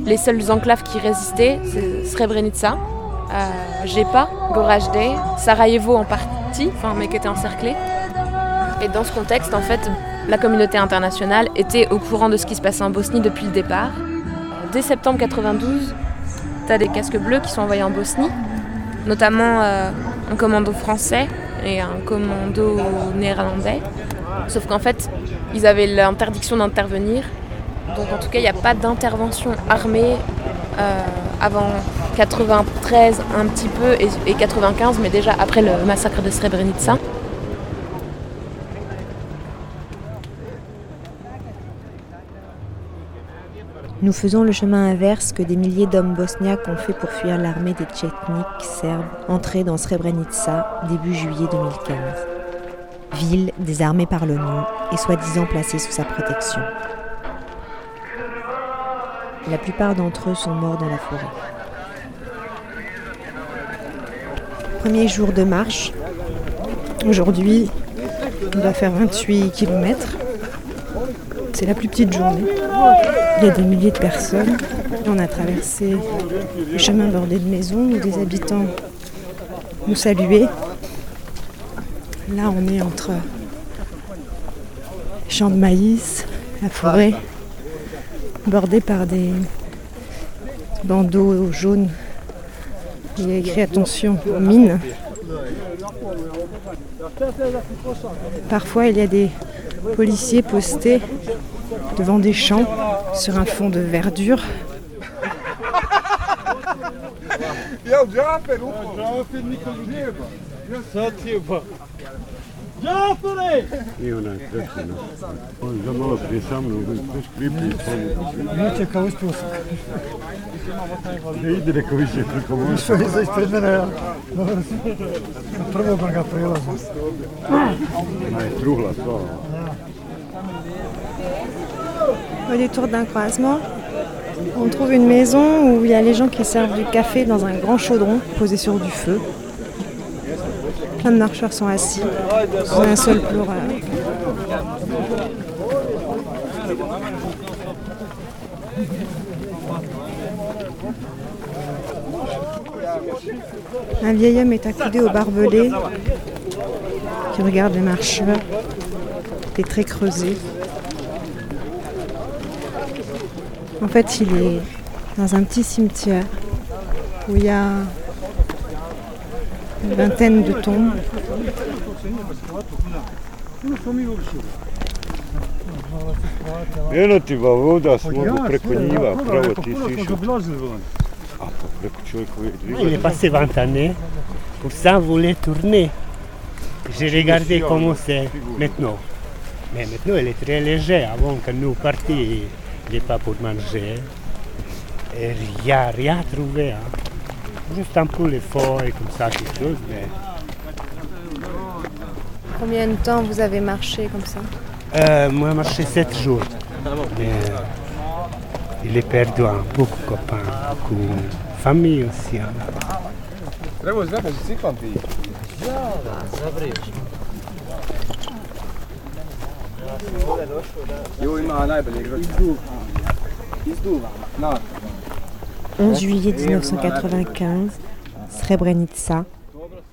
Les seules enclaves qui résistaient, c'est Srebrenica, Jepa, Goražde, Sarajevo en partie, mais qui était encerclée. Et dans ce contexte, en fait, la communauté internationale était au courant de ce qui se passait en Bosnie depuis le départ. Dès septembre 92, tu as des casques bleus qui sont envoyés en Bosnie, notamment un commando français et un commando néerlandais. Sauf qu'en fait, ils avaient l'interdiction d'intervenir. Donc en tout cas, il n'y a pas d'intervention armée avant 93 un petit peu et 95, mais déjà après le massacre de Srebrenica. Nous faisons le chemin inverse que des milliers d'hommes bosniaques ont fait pour fuir l'armée des Tchétniks serbes entrés dans Srebrenica début juillet 2015. Ville désarmée par l'ONU et soi-disant placée sous sa protection. La plupart d'entre eux sont morts dans la forêt. Premier jour de marche. Aujourd'hui, on va faire 28 km. C'est la plus petite journée. Il y a des milliers de personnes. On a traversé le chemin bordé de maisons où des habitants nous saluaient. Là, on est entre les champs de maïs, la forêt, bordée par des bandeaux jaunes. Il y a écrit attention aux mines. Parfois, il y a des policiers postés devant des champs sur un fond de verdure. Au détour d'un croisement, on trouve une maison où il y a les gens qui servent du café dans un grand chaudron posé sur du feu. Plein de marcheurs sont assis sous un seul pleureur. Un vieil homme est accoudé au barbelé qui regarde les marcheurs, des traits creusés. En fait, il est dans un petit cimetière où il y a une vingtaine de tombes. Eno ti voda smo preko njiva, pravo ti si išao. A pa preko čovjekovi driva. Il est passé 20 années, pour ça on voulait tourner. J'ai regardé comment c'est maintenant. Mais maintenant elle est très légère, avant que nous partions, il n'est pas pour manger. Et il n'y a rien trouvé. Hein. Juste un peu les feuilles, comme ça, quelque chose. Mais... Combien de temps vous avez marché comme ça ? Moi, j'ai marché 7 jours. Mais il est perdu beaucoup de copains, beaucoup de famille aussi. Hein. « 11 juillet 1995, Srebrenica, n'oubliez pas. »